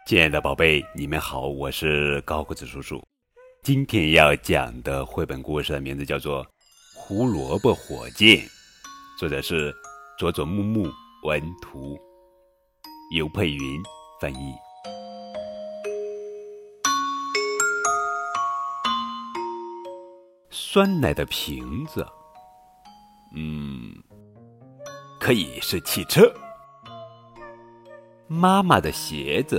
亲爱的宝贝，你们好，我是高个子叔叔。今天要讲的绘本故事的名字叫做《胡萝卜火箭》，作者是佐佐木木文图，尤佩云翻译。酸奶的瓶子，可以是汽车。妈妈的鞋子，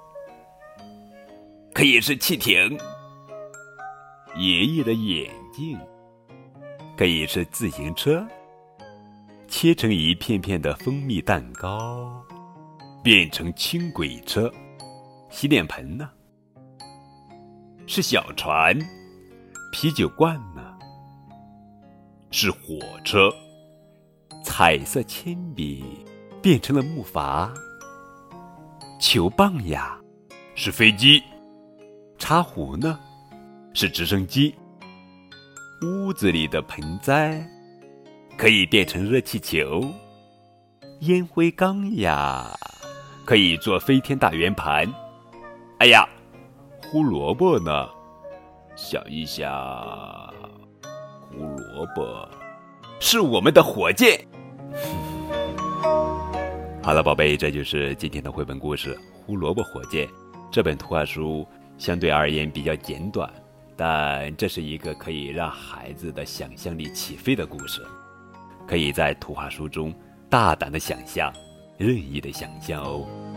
可以是汽艇。爷爷的眼镜，可以是自行车。切成一片片的蜂蜜蛋糕，变成轻轨车。洗脸盆呢？是小船。啤酒罐呢？是火车。彩色铅笔变成了木筏。球棒呀，是飞机。茶壶呢？是直升机。屋子里的盆栽可以变成热气球。烟灰缸呀，可以做飞天大圆盘。哎呀，胡萝卜呢？想一想，胡萝卜是我们的火箭。好了，宝贝，这就是今天的绘本故事《胡萝卜火箭》。这本图画书相对而言比较简短，但这是一个可以让孩子的想象力起飞的故事。可以在图画书中大胆的想象，任意的想象哦。